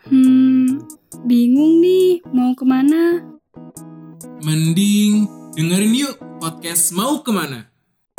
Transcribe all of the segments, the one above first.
Hmm, bingung nih mau kemana? Mending dengerin yuk podcast Mau Kemana.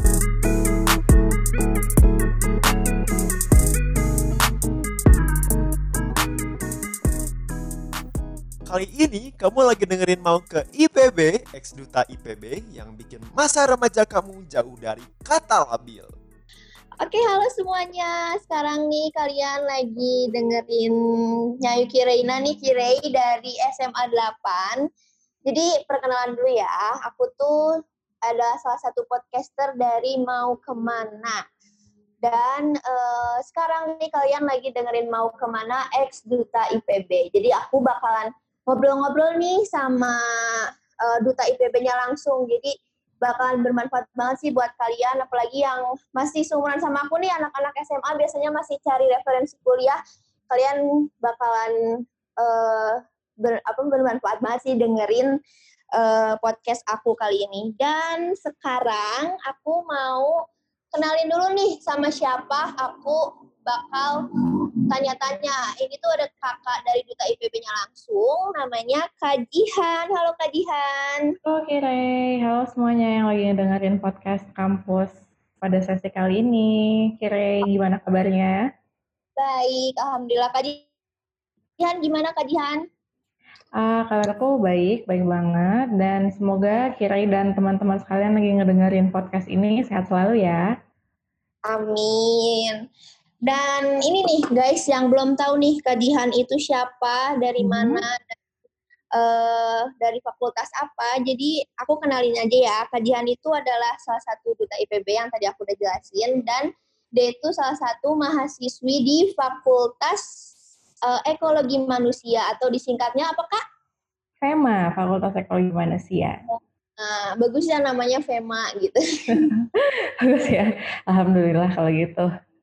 Kali ini kamu lagi dengerin mau ke IPB, ex duta IPB yang bikin masa remaja kamu jauh dari kata labil. Oke, halo semuanya. Sekarang nih kalian lagi dengerin Nyayu Kireina nih, Kirei dari SMA 8. Jadi perkenalan dulu ya, aku tuh ada salah satu podcaster dari Mau Kemana. Dan sekarang nih kalian lagi dengerin Mau Kemana ex Duta IPB. Jadi aku bakalan ngobrol-ngobrol nih sama Duta IPB-nya langsung. Jadi bakalan bermanfaat banget sih buat kalian, apalagi yang masih seumuran sama aku nih, anak-anak SMA biasanya masih cari referensi kuliah. Kalian bakalan bermanfaat banget sih dengerin podcast aku kali ini. Dan sekarang aku mau kenalin dulu nih sama siapa aku bakal tanya-tanya. Ini tuh ada kakak dari Duta IPB-nya langsung, namanya Kak Jihan. Halo Kak Jihan. Oke, Rey. Halo semuanya yang lagi dengerin podcast kampus pada sesi kali ini. Kira gimana kabarnya? Baik, alhamdulillah. Kak Jihan, gimana Kak Jihan? Kabarku baik banget. Dan semoga Kirai dan teman-teman sekalian lagi ngedengerin podcast ini sehat selalu ya. Amin. Dan ini nih guys, yang belum tahu nih Kak Jihan itu siapa, dari mana, dari fakultas apa. Jadi aku kenalin aja ya. Kak Jihan itu adalah salah satu duta IPB yang tadi aku udah jelasin, dan dia itu salah satu mahasiswi di Fakultas Ekologi Manusia, atau disingkatnya apa Kak? FEMA, Fakultas Ekologi Manusia. Nah, bagus ya namanya FEMA gitu. Bagus ya, alhamdulillah kalau gitu.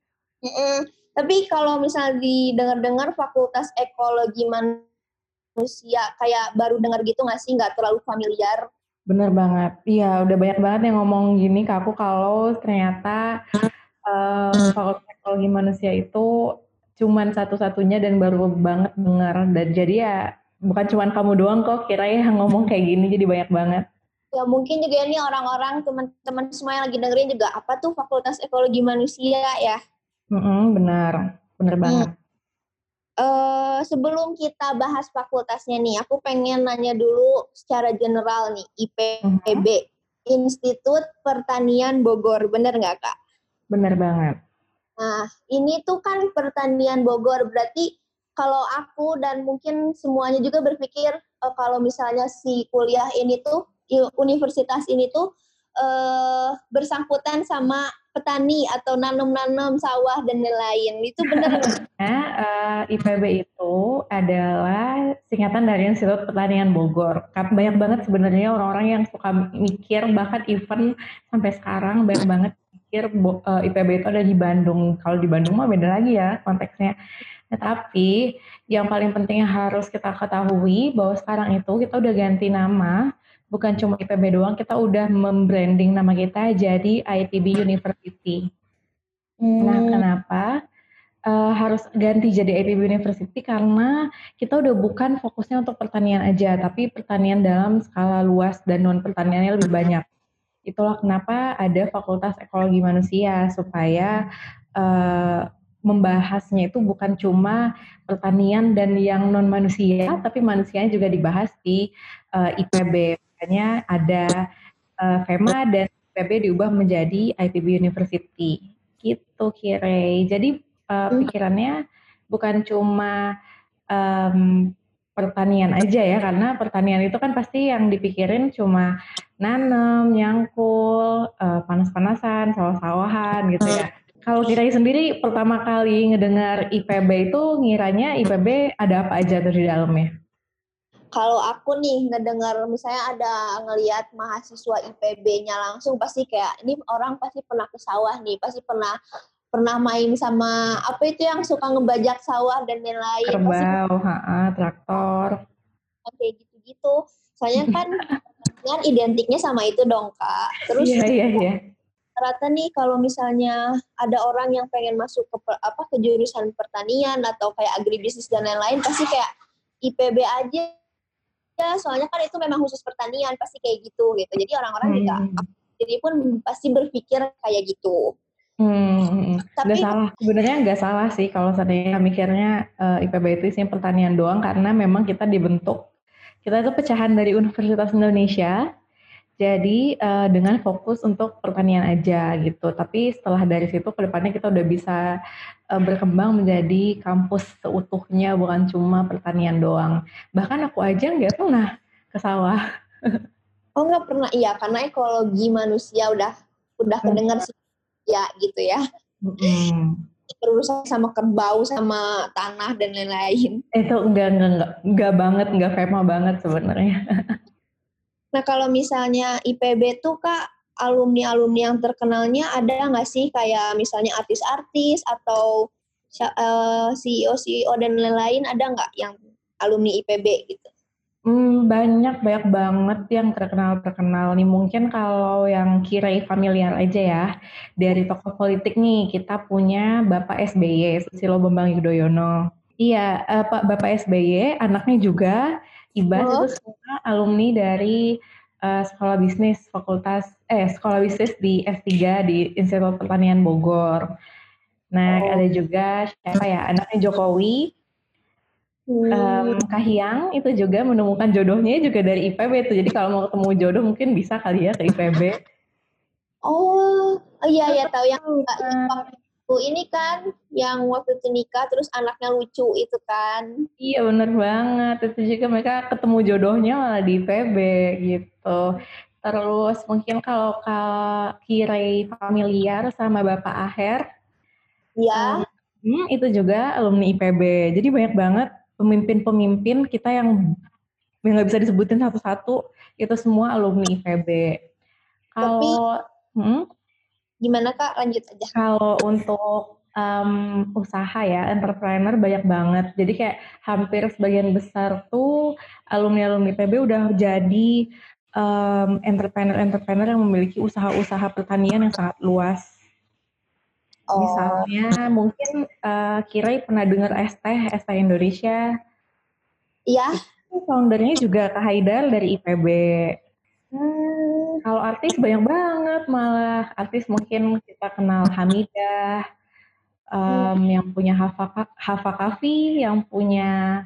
Tapi kalau misalnya didengar-dengar Fakultas Ekologi Manusia, kayak baru dengar gitu nggak sih? Nggak terlalu familiar. Bener banget. Iya, udah banyak banget yang ngomong gini ke aku kalau ternyata Fakultas Ekologi Manusia itu cuman satu-satunya dan baru banget dengar. Dan jadi ya bukan cuman kamu doang kok kira yang ngomong kayak gini, jadi banyak banget. Ya mungkin juga ini orang-orang, teman-teman semua yang lagi dengerin juga, apa tuh Fakultas Ekologi Manusia ya? Benar banget. Sebelum kita bahas fakultasnya nih, aku pengen nanya dulu secara general nih, IPB, Institut Pertanian Bogor, bener nggak Kak? Bener banget. Nah, ini tuh kan Pertanian Bogor, berarti kalau aku dan mungkin semuanya juga berpikir kalau misalnya si kuliah ini tuh, universitas ini tuh bersangkutan sama petani atau nanam-nanam sawah dan lain-lain. Itu benar nggak? IPB itu adalah singkatan dari Institut Pertanian Bogor. Banyak banget sebenarnya orang-orang yang suka mikir, bahkan even sampai sekarang banyak banget mikir IPB itu ada di Bandung. Kalau di Bandung mah beda lagi ya konteksnya. Tetapi yang paling penting yang harus kita ketahui bahwa sekarang itu kita udah ganti nama. Bukan cuma IPB doang, kita udah membranding nama kita jadi IPB University. Nah, kenapa harus ganti jadi IPB University? Karena kita udah bukan fokusnya untuk pertanian aja, tapi pertanian dalam skala luas dan non-pertaniannya lebih banyak. Itulah kenapa ada Fakultas Ekologi Manusia, supaya membahasnya itu bukan cuma pertanian dan yang non-manusia, tapi manusianya juga dibahas di IPB. Makanya ada FEMA dan IPB diubah menjadi IPB University. Gitu Kirei. Jadi pikirannya bukan cuma pertanian aja ya, karena pertanian itu kan pasti yang dipikirin cuma nanam, nyangkul, panas-panasan, sawah-sawahan gitu ya. Kalau Kirei sendiri pertama kali ngedengar IPB itu ngiranya IPB ada apa aja tuh di dalamnya? Kalau aku nih ngedengar misalnya ada ngelihat mahasiswa IPB-nya langsung, pasti kayak ini orang pasti pernah ke sawah nih, pasti pernah main sama apa itu yang suka ngebajak sawah dan lain-lain. Kerbau, traktor. Kayak gitu-gitu. Soalnya kan identiknya sama itu dong Kak. Terus Iya. rata nih kalau misalnya ada orang yang pengen masuk ke jurusan pertanian atau kayak agribisnis dan lain-lain pasti kayak IPB aja ya, soalnya kan itu memang khusus pertanian pasti kayak gitu. Jadi orang-orang juga jadi pun pasti berpikir kayak gitu. Nggak salah, sebenarnya nggak salah sih kalau seandainya mikirnya IPB itu isinya pertanian doang, karena memang kita itu pecahan dari Universitas Indonesia, jadi dengan fokus untuk pertanian aja gitu. Tapi setelah dari situ ke depannya kita udah bisa berkembang menjadi kampus seutuhnya, bukan cuma pertanian doang. Bahkan aku aja nggak pernah ke sawah. Oh nggak pernah, iya karena ekologi manusia udah kedengar sih ya gitu ya. Berurusan sama kerbau, sama tanah dan lain-lain. Itu enggak banget, enggak FEMA banget sebenarnya. Nah kalau misalnya IPB tuh Kak, alumni-alumni yang terkenalnya ada nggak sih kayak misalnya artis-artis atau CEO dan lain-lain, ada nggak yang alumni IPB gitu? Banyak banget yang terkenal nih. Mungkin kalau yang Kirei familiar aja ya, dari tokoh politik nih, kita punya Bapak SBY, Susilo Bambang Yudhoyono. Iya, Bapak SBY, anaknya juga, Ibas itu semua alumni dari sekolah bisnis di S3 di Institut Pertanian Bogor. Nah, ada juga siapa ya, anaknya Jokowi, Kahiyang itu juga menemukan jodohnya juga dari IPB tuh. Jadi kalau mau ketemu jodoh mungkin bisa kali ya ke IPB. Oh iya tahu yang waktu ini kan, yang waktu itu nikah terus anaknya lucu itu kan. Iya bener banget, itu juga mereka ketemu jodohnya malah di IPB gitu. Terus mungkin kalau Kak Kirei familiar sama Bapak Aher, ya, itu juga alumni IPB. Jadi banyak banget pemimpin-pemimpin kita yang nggak bisa disebutin satu-satu, itu semua alumni IPB. Kalau gimana Kak, lanjut aja. Kalau untuk usaha ya, entrepreneur banyak banget. Jadi kayak hampir sebagian besar tuh alumni-alumni IPB udah jadi entrepreneur yang memiliki usaha-usaha pertanian yang sangat luas. Misalnya mungkin Kirai pernah dengar ST Indonesia. Iya. Foundernya juga Kak Haidar dari IPB. Kalau artis banyak banget, malah artis mungkin kita kenal Hamidah, yang punya Hafa Kafi, yang punya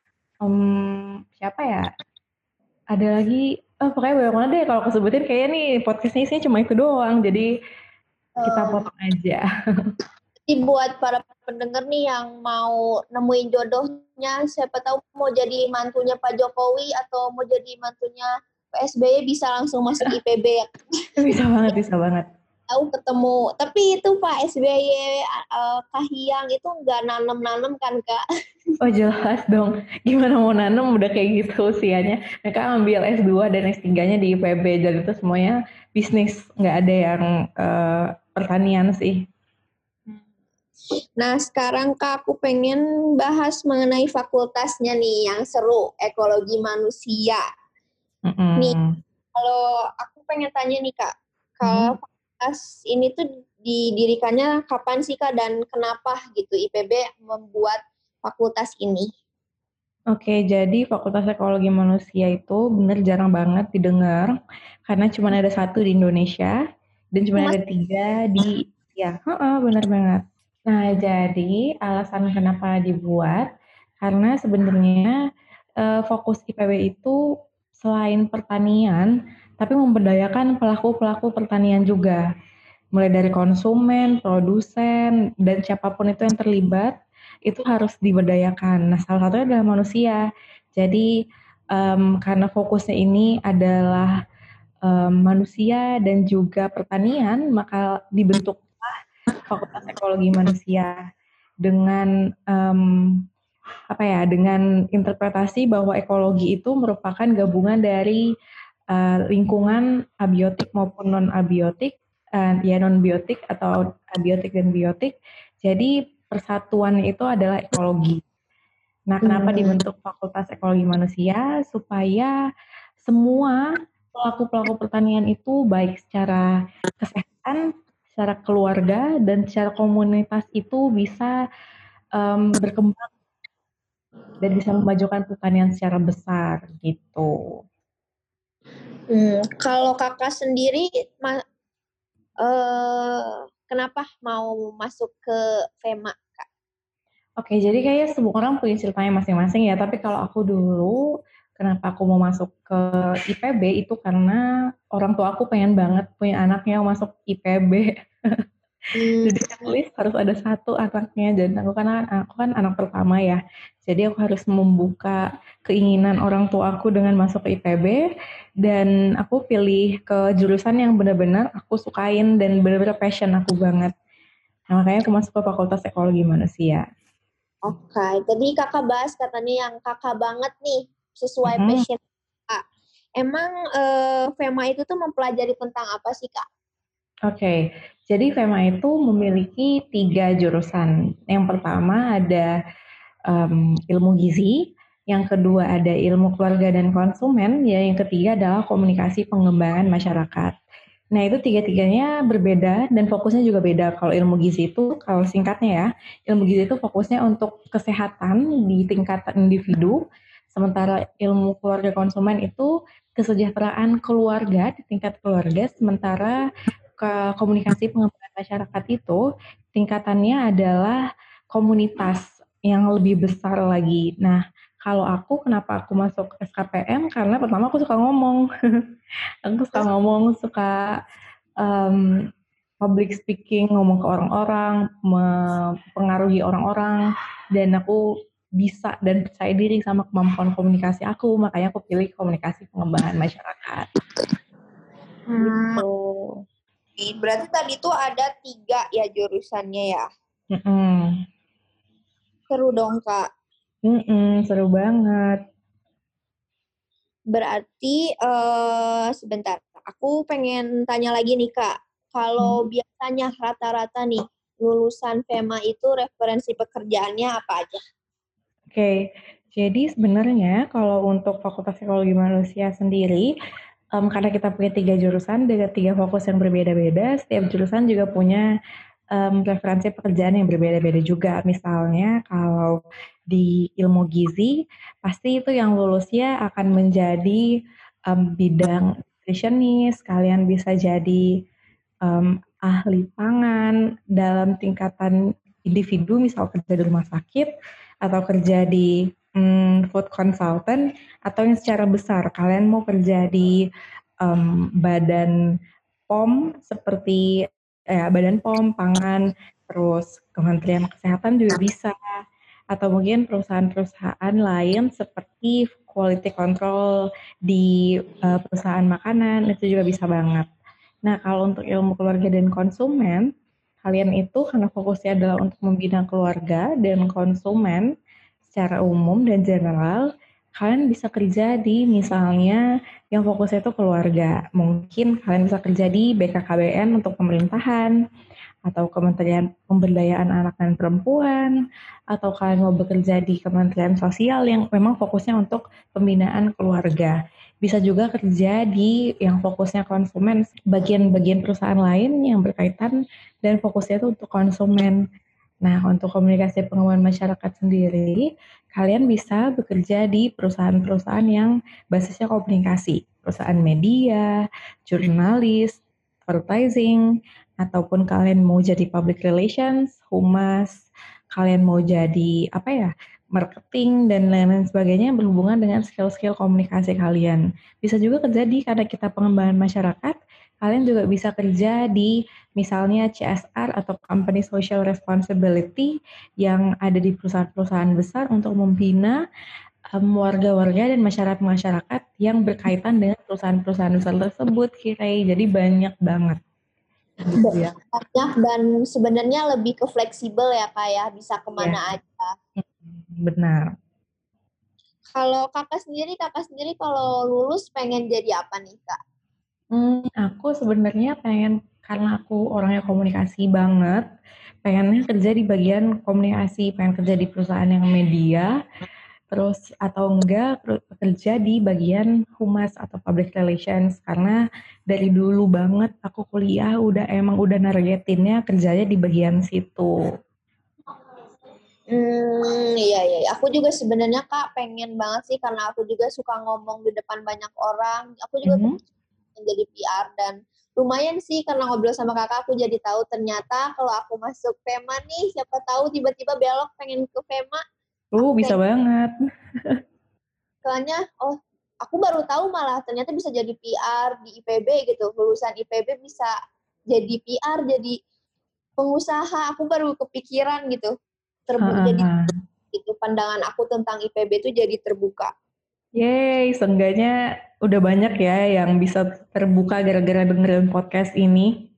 siapa ya? Ada lagi, pokoknya banyak banget deh kalau aku sebutin kayaknya nih podcastnya isinya cuma itu doang, jadi kita potong aja. Jadi buat para pendengar nih yang mau nemuin jodohnya, siapa tahu mau jadi mantunya Pak Jokowi atau mau jadi mantunya Pak SBY bisa langsung masuk IPB ya. Bisa banget. Tahu ketemu, tapi itu Pak SBY Kahiyang itu nggak nanem kan Kak? Oh jelas dong, gimana mau nanem udah kayak gitu usianya. Mereka ambil S2 dan S3-nya di IPB, dan itu semuanya bisnis, nggak ada yang pertanian sih. Nah sekarang Kak, aku pengen bahas mengenai fakultasnya nih yang seru, ekologi manusia. Nih, kalau aku pengen tanya nih Kak, kalau fakultas ini tuh didirikannya kapan sih Kak, dan kenapa gitu IPB membuat fakultas ini? Oke, jadi Fakultas Ekologi Manusia itu bener jarang banget didengar, karena cuma ada satu di Indonesia, dan cuma ada 3 di, bener banget. Nah, jadi alasan kenapa dibuat, karena sebenarnya fokus IPB itu selain pertanian, tapi memberdayakan pelaku-pelaku pertanian juga. Mulai dari konsumen, produsen, dan siapapun itu yang terlibat, itu harus diberdayakan. Nah, salah satunya adalah manusia. Jadi, karena fokusnya ini adalah manusia dan juga pertanian, maka dibentuklah Fakultas Ekologi Manusia dengan dengan interpretasi bahwa ekologi itu merupakan gabungan dari lingkungan abiotik maupun non abiotik, non biotik atau abiotik dan biotik. Jadi persatuan itu adalah ekologi. Nah, kenapa dibentuk Fakultas Ekologi Manusia? Supaya semua pelaku-pelaku pertanian itu baik secara kesehatan, secara keluarga, dan secara komunitas itu bisa berkembang dan bisa memajukan pertanian secara besar gitu. Kalau kakak sendiri, kenapa mau masuk ke FEMA, Kak? Oke, jadi kayaknya semua orang punya ceritanya masing-masing ya. Tapi kalau aku dulu, kenapa aku mau masuk ke IPB itu karena orang tua aku pengen banget punya anaknya masuk IPB. Jadi at least harus ada satu anaknya. Dan aku kan anak pertama ya. Jadi aku harus membuka keinginan orang tua aku dengan masuk ke IPB. Dan aku pilih ke jurusan yang benar-benar aku sukain dan benar-benar passion aku banget. Nah, makanya aku masuk ke Fakultas Ekologi Manusia. Oke, tadi kakak bahas katanya yang kakak banget nih, sesuai passion kakak. Emang FEMA itu tuh mempelajari tentang apa sih, Kak? Oke, jadi FEMA itu memiliki 3 jurusan. Yang pertama ada ilmu gizi, yang kedua ada ilmu keluarga dan konsumen, yang ketiga adalah komunikasi pengembangan masyarakat. Nah, itu tiga-tiganya berbeda dan fokusnya juga beda. Kalau ilmu gizi itu, kalau singkatnya ya, ilmu gizi itu fokusnya untuk kesehatan di tingkatan individu, sementara ilmu keluarga konsumen itu kesejahteraan keluarga di tingkat keluarga, sementara ke komunikasi pengembangan masyarakat itu tingkatannya adalah komunitas yang lebih besar lagi. Nah, kalau aku kenapa aku masuk SKPM? Karena pertama aku suka ngomong. Aku suka ngomong, suka public speaking, ngomong ke orang-orang, mempengaruhi orang-orang, dan aku bisa dan percaya diri sama kemampuan komunikasi aku, makanya aku pilih komunikasi pengembangan masyarakat. Gitu. Berarti tadi tuh ada 3 ya jurusannya ya? Seru dong, Kak. Seru banget. Berarti sebentar, aku pengen tanya lagi nih, Kak. Kalau biasanya rata-rata nih lulusan FEMA itu referensi pekerjaannya apa aja? Oke, jadi sebenarnya kalau untuk Fakultas Psikologi Manusia sendiri, karena kita punya 3 jurusan dengan 3 fokus yang berbeda-beda, setiap jurusan juga punya referensi pekerjaan yang berbeda-beda juga. Misalnya kalau di ilmu gizi, pasti itu yang lulusnya akan menjadi bidang nutritionist, kalian bisa jadi ahli pangan dalam tingkatan individu, misal kerja di rumah sakit, atau kerja di food consultant, atau yang secara besar, kalian mau kerja di badan POM seperti Badan POM, pangan, terus Kementerian Kesehatan juga bisa, atau mungkin perusahaan-perusahaan lain seperti quality control di perusahaan makanan, itu juga bisa banget. Nah, kalau untuk ilmu keluarga dan konsumen, kalian itu karena fokusnya adalah untuk membina keluarga dan konsumen secara umum dan general, kalian bisa kerja di misalnya yang fokusnya itu keluarga. Mungkin kalian bisa kerja di BKKBN untuk pemerintahan, atau Kementerian Pemberdayaan Anak dan Perempuan, atau kalian mau bekerja di Kementerian Sosial yang memang fokusnya untuk pembinaan keluarga. Bisa juga kerja di yang fokusnya konsumen, bagian-bagian perusahaan lain yang berkaitan dan fokusnya itu untuk konsumen. Nah, untuk komunikasi pengembangan masyarakat sendiri, kalian bisa bekerja di perusahaan-perusahaan yang basisnya komunikasi, perusahaan media, jurnalis, advertising, ataupun kalian mau jadi public relations, humas, kalian mau jadi marketing dan lain-lain sebagainya yang berhubungan dengan skill-skill komunikasi kalian. Bisa juga kerja di karena kita pengembangan masyarakat, kalian juga bisa kerja di misalnya CSR atau Company Social Responsibility yang ada di perusahaan-perusahaan besar untuk membina warga-warga dan masyarakat-masyarakat yang berkaitan dengan perusahaan-perusahaan besar tersebut, Jadi banyak banget. Banyak dan sebenarnya lebih ke fleksibel ya, Kak ya, bisa kemana aja. Benar. Kalau kakak sendiri kalau lulus pengen jadi apa nih, Kak? Aku sebenarnya pengen, karena aku orangnya komunikasi banget, pengennya kerja di bagian komunikasi, pengen kerja di perusahaan yang media, terus atau enggak kerja di bagian humas atau public relations, karena dari dulu banget aku kuliah udah nargetinnya kerjanya di bagian situ. Iya, iya. Aku juga sebenarnya Kak pengen banget sih karena aku juga suka ngomong di depan banyak orang. Aku juga pengen jadi PR dan lumayan sih karena ngobrol sama kakak aku jadi tahu ternyata kalau aku masuk FEMA nih, siapa tahu tiba-tiba belok pengen ke FEMA. Bisa banget. Soalnya, aku baru tahu malah ternyata bisa jadi PR di IPB gitu. Lulusan IPB bisa jadi PR, jadi pengusaha. Aku baru kepikiran gitu. Jadi itu pandangan aku tentang IPB itu jadi terbuka. Yeay, seenggaknya udah banyak ya yang bisa terbuka gara-gara dengerin podcast ini.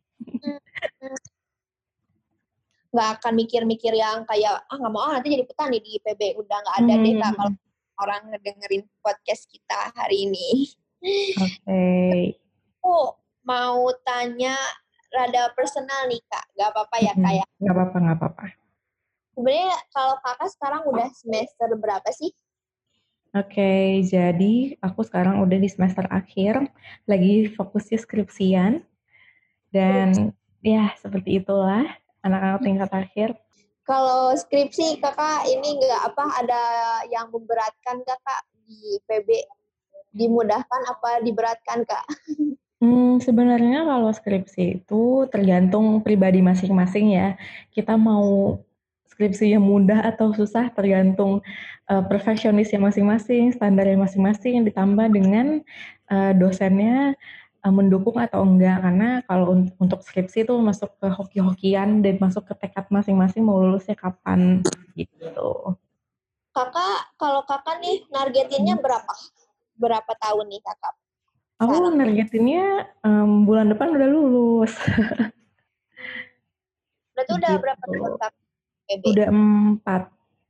Nggak akan mikir-mikir yang kayak, nggak mau nanti jadi petani di IPB. Udah nggak ada deh Kak kalau orang ngedengerin podcast kita hari ini. Oke. Aku mau tanya rada personal nih Kak. Nggak apa-apa ya Kak ya? Nggak apa-apa. Sebenarnya kalau kakak sekarang udah semester berapa sih? Oke, jadi aku sekarang udah di semester akhir, lagi fokusnya skripsian, dan ya seperti itulah anak-anak tingkat akhir. Kalau skripsi kakak ini ada yang memberatkan kakak di PB? Dimudahkan apa diberatkan Kak? Sebenarnya kalau skripsi itu tergantung pribadi masing-masing ya. Kita mau skripsinya mudah atau susah tergantung perfeksionisnya masing-masing, standarnya masing-masing, ditambah dengan dosennya mendukung atau enggak. Karena kalau untuk skripsi itu masuk ke hoki-hokian dan masuk ke tekad masing-masing mau lulusnya kapan gitu. Kalau kakak nih nargetinnya berapa tahun nih kakak? Aku nargetinnya bulan depan udah lulus. Berarti udah berapa tahun kakak? Udah 4.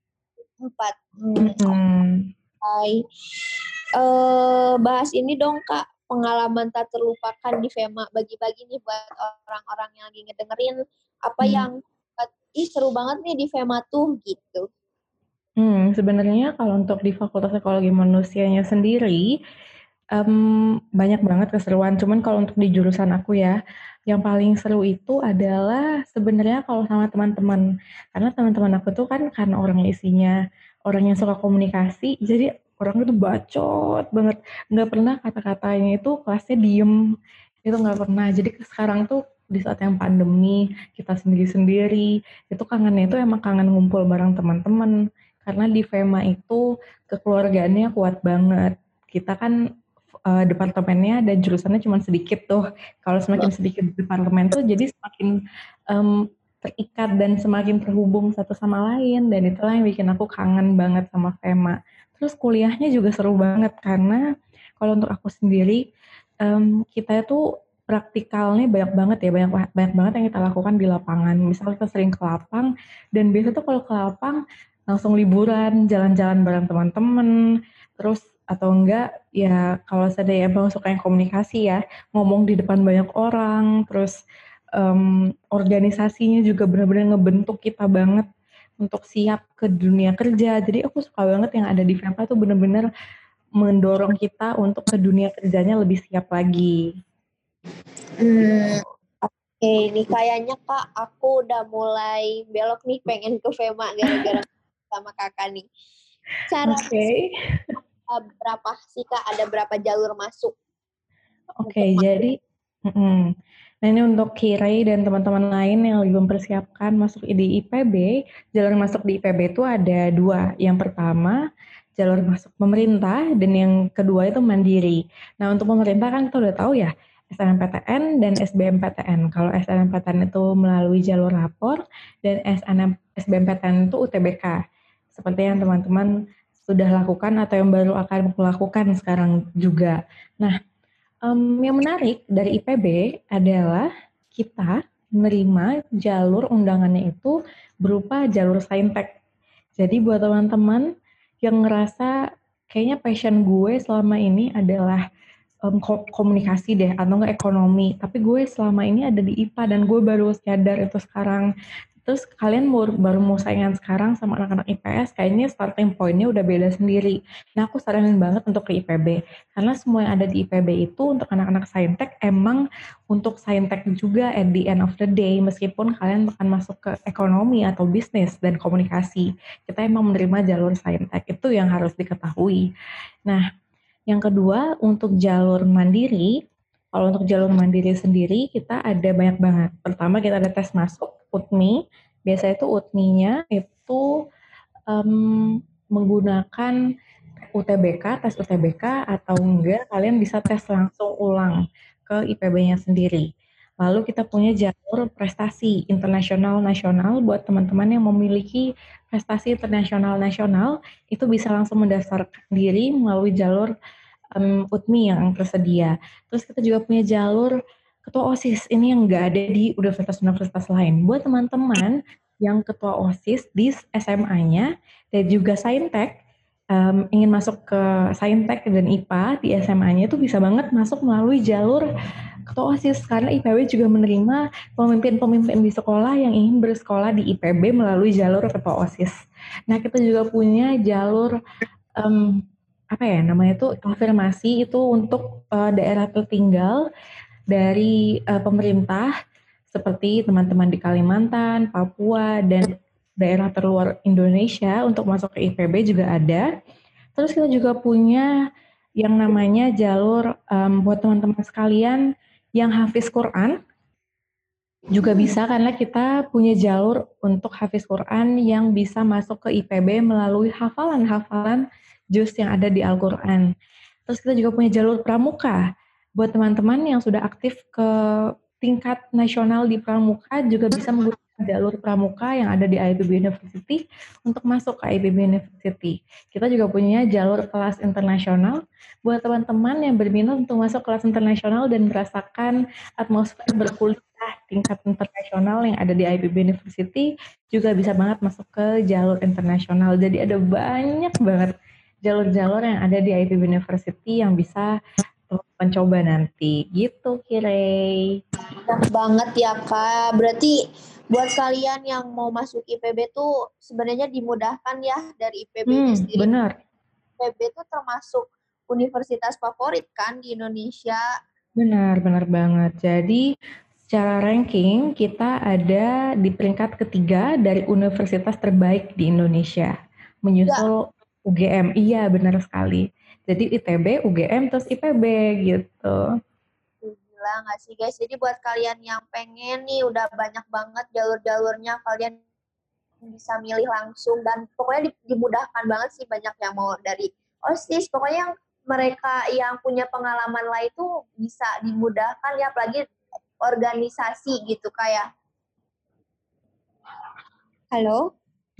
Hai. Bahas ini dong Kak, pengalaman tak terlupakan di FEMA. Bagi-bagi nih buat orang-orang yang lagi ngedengerin apa yang seru banget nih di FEMA tuh gitu. Sebenarnya kalau untuk di Fakultas Ekologi Manusianya sendiri banyak banget keseruan. Cuman kalau untuk di jurusan aku ya, yang paling seru itu adalah sebenarnya kalau sama teman-teman. Karena teman-teman aku tuh kan karena orangnya isinya orang yang suka komunikasi, jadi orang itu bacot banget. Nggak pernah kata-katanya itu kelasnya diem. Itu nggak pernah. Jadi sekarang tuh di saat yang pandemi, kita sendiri-sendiri, itu kangennya itu emang kangen ngumpul bareng teman-teman. Karena di FEMA itu kekeluargaannya kuat banget. Kita kan departemennya dan jurusannya cuma sedikit tuh. Kalau semakin sedikit departemen tuh jadi semakin terikat dan semakin terhubung satu sama lain, dan itulah yang bikin aku kangen banget sama FEMA. Terus kuliahnya juga seru banget karena kalau untuk aku sendiri kita itu praktikalnya banyak banget ya, banyak banget yang kita lakukan di lapangan. Misal kita sering ke lapang dan biasa tuh kalau ke lapang langsung liburan, jalan-jalan bareng teman-teman, terus atau enggak ya kalau saya emang suka yang komunikasi ya, ngomong di depan banyak orang, terus organisasinya juga benar-benar ngebentuk kita banget untuk siap ke dunia kerja. Jadi aku suka banget yang ada di FEMA tuh benar-benar mendorong kita untuk ke dunia kerjanya lebih siap lagi. Oke, ini kayaknya Kak, aku udah mulai belok nih pengen ke FEMA gara-gara sama kakak nih. Cara berapa sih Kak? Ada berapa jalur masuk? Oke, jadi nah ini untuk Kirei dan teman-teman lain yang lagi mempersiapkan masuk di IPB, jalur masuk di IPB itu ada 2. Yang pertama, jalur masuk pemerintah, dan yang kedua itu mandiri. Nah untuk pemerintah kan kita udah tahu ya, SNMPTN dan SBMPTN. Kalau SNMPTN itu melalui jalur rapor, dan SBMPTN itu UTBK. Seperti yang teman-teman sudah lakukan atau yang baru akan melakukan sekarang juga. Nah, yang menarik dari IPB adalah kita menerima jalur undangannya itu berupa jalur saintek. Jadi buat teman-teman yang ngerasa kayaknya passion gue selama ini adalah komunikasi deh atau enggak ekonomi, tapi gue selama ini ada di IPA dan gue baru sadar itu sekarang. Terus kalian baru mau saingan sekarang sama anak-anak IPS, kayaknya starting point-nya udah beda sendiri. Nah, aku saranin banget untuk ke IPB. Karena semua yang ada di IPB itu untuk anak-anak saintek emang untuk saintek juga at the end of the day, meskipun kalian akan masuk ke ekonomi atau bisnis dan komunikasi. Kita emang menerima jalur saintek, itu yang harus diketahui. Nah, yang kedua, untuk jalur mandiri, kalau untuk jalur mandiri sendiri, kita ada banyak banget. Pertama, kita ada tes masuk, UTMI. Biasanya itu UTMI-nya itu menggunakan UTBK, tes UTBK, atau enggak, kalian bisa tes langsung ulang ke IPB-nya sendiri. Lalu kita punya jalur prestasi internasional nasional buat teman-teman yang memiliki prestasi internasional nasional, itu bisa langsung mendaftarkan diri melalui jalur UTMI yang tersedia. Terus kita juga punya jalur ketua OSIS, ini yang nggak ada di universitas-universitas lain. Buat teman-teman yang ketua OSIS di SMA-nya dan juga Saintek, ingin masuk ke Saintek dan IPA di SMA-nya itu bisa banget masuk melalui jalur ketua OSIS, karena IPB juga menerima pemimpin-pemimpin di sekolah yang ingin bersekolah di IPB melalui jalur ketua OSIS. Nah, kita juga punya jalur apa ya namanya itu afirmasi itu untuk daerah tertinggal dari pemerintah seperti teman-teman di Kalimantan, Papua, dan daerah terluar Indonesia untuk masuk ke IPB juga ada. Terus kita juga punya yang namanya jalur buat teman-teman sekalian yang hafiz Quran juga bisa, karena kita punya jalur untuk hafiz Quran yang bisa masuk ke IPB melalui hafalan-hafalan juz yang ada di Al-Quran. Terus kita juga punya jalur pramuka. Buat teman-teman yang sudah aktif ke tingkat nasional di pramuka juga bisa menggunakan jalur pramuka yang ada di IPB University untuk masuk ke IPB University. Kita juga punya jalur kelas internasional buat teman-teman yang berminat untuk masuk kelas internasional dan merasakan atmosfer berkuliah tingkat internasional yang ada di IPB University, juga bisa banget masuk ke jalur internasional. Jadi ada banyak banget jalur-jalur yang ada di IPB University yang bisa mencoba nanti. Gitu, Kirei. Banyak banget ya, Kak. Berarti buat kalian yang mau masuk IPB tuh sebenarnya dimudahkan ya dari IPB-nya sendiri. Benar. IPB tuh termasuk universitas favorit kan di Indonesia. Benar banget. Jadi secara ranking kita ada di peringkat ketiga dari universitas terbaik di Indonesia, menyusul UGM. Iya, benar sekali. Jadi ITB, UGM, terus IPB gitu. Gila nggak sih guys? Jadi buat kalian yang pengen nih udah banyak banget jalur-jalurnya, kalian bisa milih langsung dan pokoknya dimudahkan banget sih, banyak yang mau dari OSIS. Pokoknya yang mereka yang punya pengalaman lah itu bisa dimudahkan ya, apalagi organisasi gitu kayak. Halo?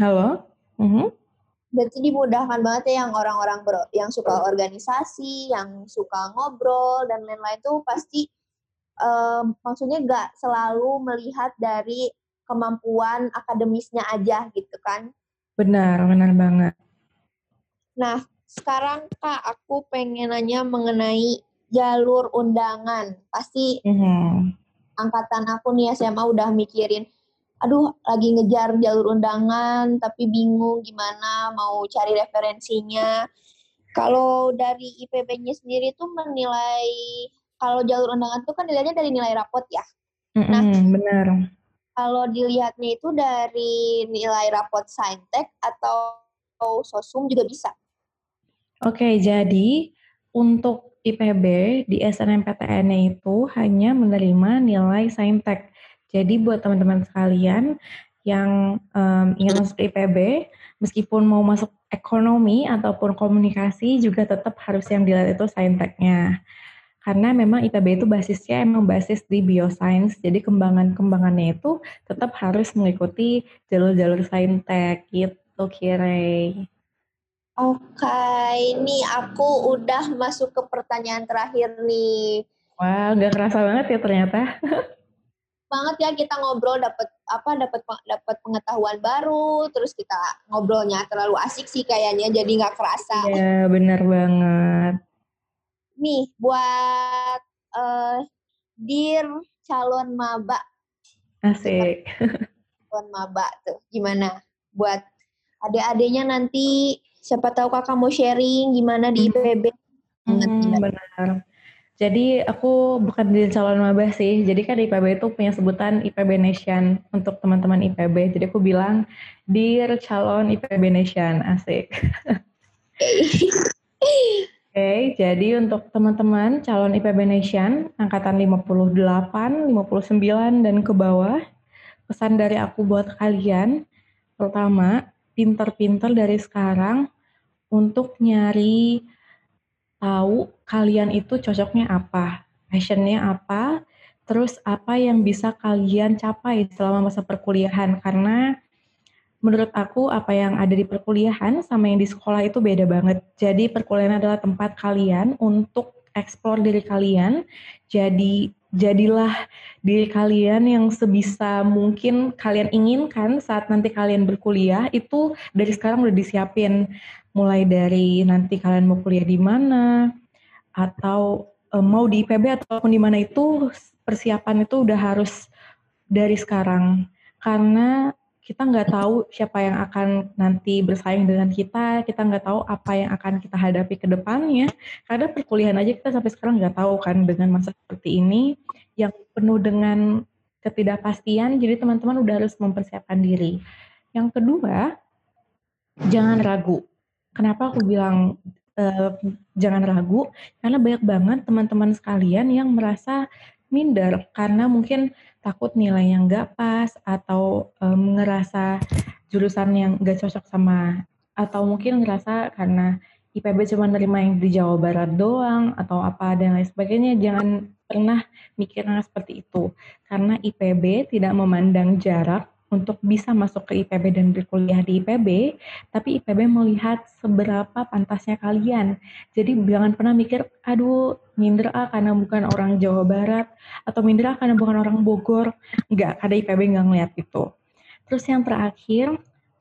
Berarti dimudahkan banget ya yang orang-orang yang suka organisasi, yang suka ngobrol dan lain-lain tuh pasti maksudnya nggak selalu melihat dari kemampuan akademisnya aja gitu kan. Benar banget. Nah, sekarang Kak, aku pengen nanya mengenai jalur undangan. Pasti angkatan aku nih SMA udah mikirin, aduh lagi ngejar jalur undangan tapi bingung gimana mau cari referensinya. Kalau dari IPB-nya sendiri tuh menilai, kalau jalur undangan tuh kan dilihatnya dari nilai rapot ya. Nah, benar. Kalau dilihatnya itu dari nilai rapot Saintek atau Sosum juga bisa. Oke, jadi untuk IPB di SNMPTN-nya itu hanya menerima nilai Saintek. Jadi buat teman-teman sekalian yang ingin masuk ke IPB, meskipun mau masuk ekonomi ataupun komunikasi juga tetap harus yang dilihat itu Sainteknya. Karena memang IPB itu basisnya emang basis di bioscience, jadi kembangannya itu tetap harus mengikuti jalur-jalur Saintek gitu, Kirei. Oke, ini aku udah masuk ke pertanyaan terakhir nih. Wah, nggak kerasa banget ya ternyata. Banget ya kita ngobrol, dapat pengetahuan baru, terus kita ngobrolnya terlalu asik sih kayaknya, jadi nggak kerasa. Iya, benar banget. Nih buat dir calon maba. Asik. calon maba tuh. Gimana buat adik-adiknya nanti, siapa tahu kakak mau sharing gimana di IPB. Gimana? Benar. Jadi aku bukan jadi calon maba sih. Jadi kan IPB itu punya sebutan IPB Nation untuk teman-teman IPB. Jadi aku bilang, Dear calon IPB Nation, asik. Oke, jadi untuk teman-teman calon IPB Nation angkatan 58, 59 dan ke bawah, pesan dari aku buat kalian, pertama, pinter-pinter dari sekarang untuk nyari tahu kalian itu cocoknya apa, passionnya apa, terus apa yang bisa kalian capai selama masa perkuliahan. Karena menurut aku apa yang ada di perkuliahan sama yang di sekolah itu beda banget. Jadi perkuliahan adalah tempat kalian untuk eksplor diri kalian. Jadi jadilah diri kalian yang sebisa mungkin kalian inginkan saat nanti kalian berkuliah itu dari sekarang udah disiapin. Mulai dari nanti kalian mau kuliah di mana atau mau di IPB ataupun di mana itu persiapan itu udah harus dari sekarang. Karena kita nggak tahu siapa yang akan nanti bersaing dengan kita nggak tahu apa yang akan kita hadapi ke depannya, karena perkuliahan aja kita sampai sekarang nggak tahu kan dengan masa seperti ini yang penuh dengan ketidakpastian, jadi teman-teman udah harus mempersiapkan diri. Yang kedua, jangan ragu. Kenapa aku bilang jangan ragu? Karena banyak banget teman-teman sekalian yang merasa minder karena mungkin takut nilai yang nggak pas atau ngerasa jurusan yang nggak cocok sama, atau mungkin ngerasa karena IPB cuma nerima yang di Jawa Barat doang atau apa dan lain sebagainya. Jangan pernah mikirnya seperti itu, karena IPB tidak memandang jarak untuk bisa masuk ke IPB dan berkuliah di IPB, tapi IPB melihat seberapa pantasnya kalian. Jadi jangan pernah mikir, aduh minder karena bukan orang Jawa Barat, atau minder karena bukan orang Bogor. Enggak, karena IPB nggak ngeliat itu. Terus yang terakhir,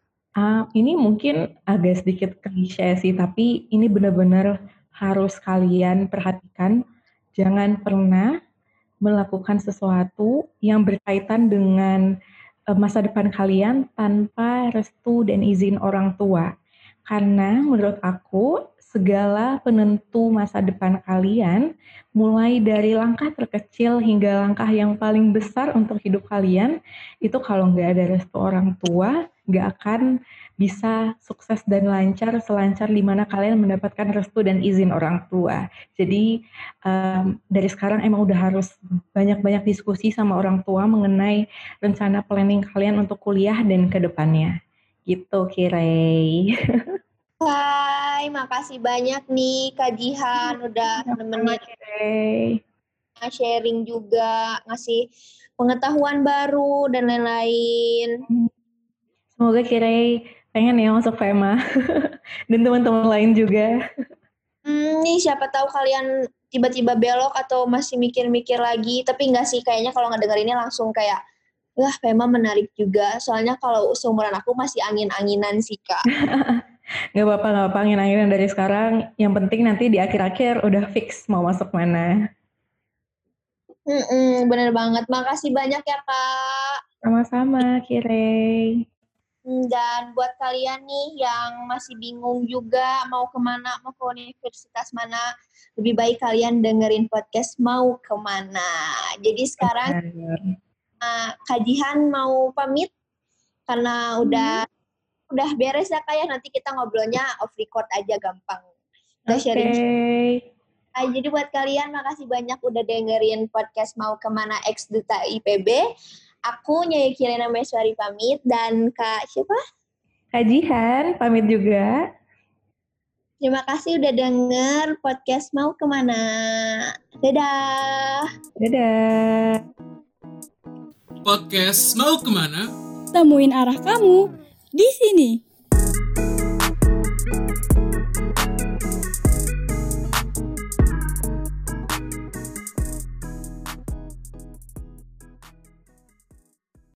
ini mungkin agak sedikit klise sih, tapi ini benar-benar harus kalian perhatikan. Jangan pernah melakukan sesuatu yang berkaitan dengan masa depan kalian tanpa restu dan izin orang tua. Karena menurut aku, segala penentu masa depan kalian, mulai dari langkah terkecil hingga langkah yang paling besar untuk hidup kalian, itu kalau nggak ada restu orang tua, nggak akan bisa sukses dan lancar selancar di mana kalian mendapatkan restu dan izin orang tua. Jadi dari sekarang emang udah harus banyak-banyak diskusi sama orang tua mengenai rencana planning kalian untuk kuliah dan ke depannya. Gitu, Kirei. Hai, makasih banyak nih Kak Jihan udah nemenin sharing juga, ngasih pengetahuan baru dan lain-lain. Semoga Kirei pengen ya masuk FEMA dan teman-teman lain juga. Nih siapa tahu kalian tiba-tiba belok atau masih mikir-mikir lagi, tapi enggak sih, kayaknya kalau ngedengerinnya langsung kayak, wah FEMA menarik juga, soalnya kalau seumuran aku masih angin-anginan sih Kak. Gak apa-apa, angin-anginan dari sekarang, yang penting nanti di akhir-akhir udah fix mau masuk mana. Bener banget, makasih banyak ya Kak. Sama-sama Kirei. Dan buat kalian nih yang masih bingung juga mau kemana, mau ke universitas mana, lebih baik kalian dengerin podcast Mau Kemana. Jadi sekarang Kak Jihan mau pamit karena udah beres ya Kak ya, nanti kita ngobrolnya off record aja gampang. Udah sharing. Jadi buat kalian makasih banyak udah dengerin podcast Mau Kemana X Duta IPB. Aku Nyai Kirena Meswari pamit, dan Kak siapa? Kak Jihan pamit juga. Terima kasih udah denger podcast Mau Kemana. Dadah. Dadah. Podcast Mau Kemana? Temuin arah kamu di sini.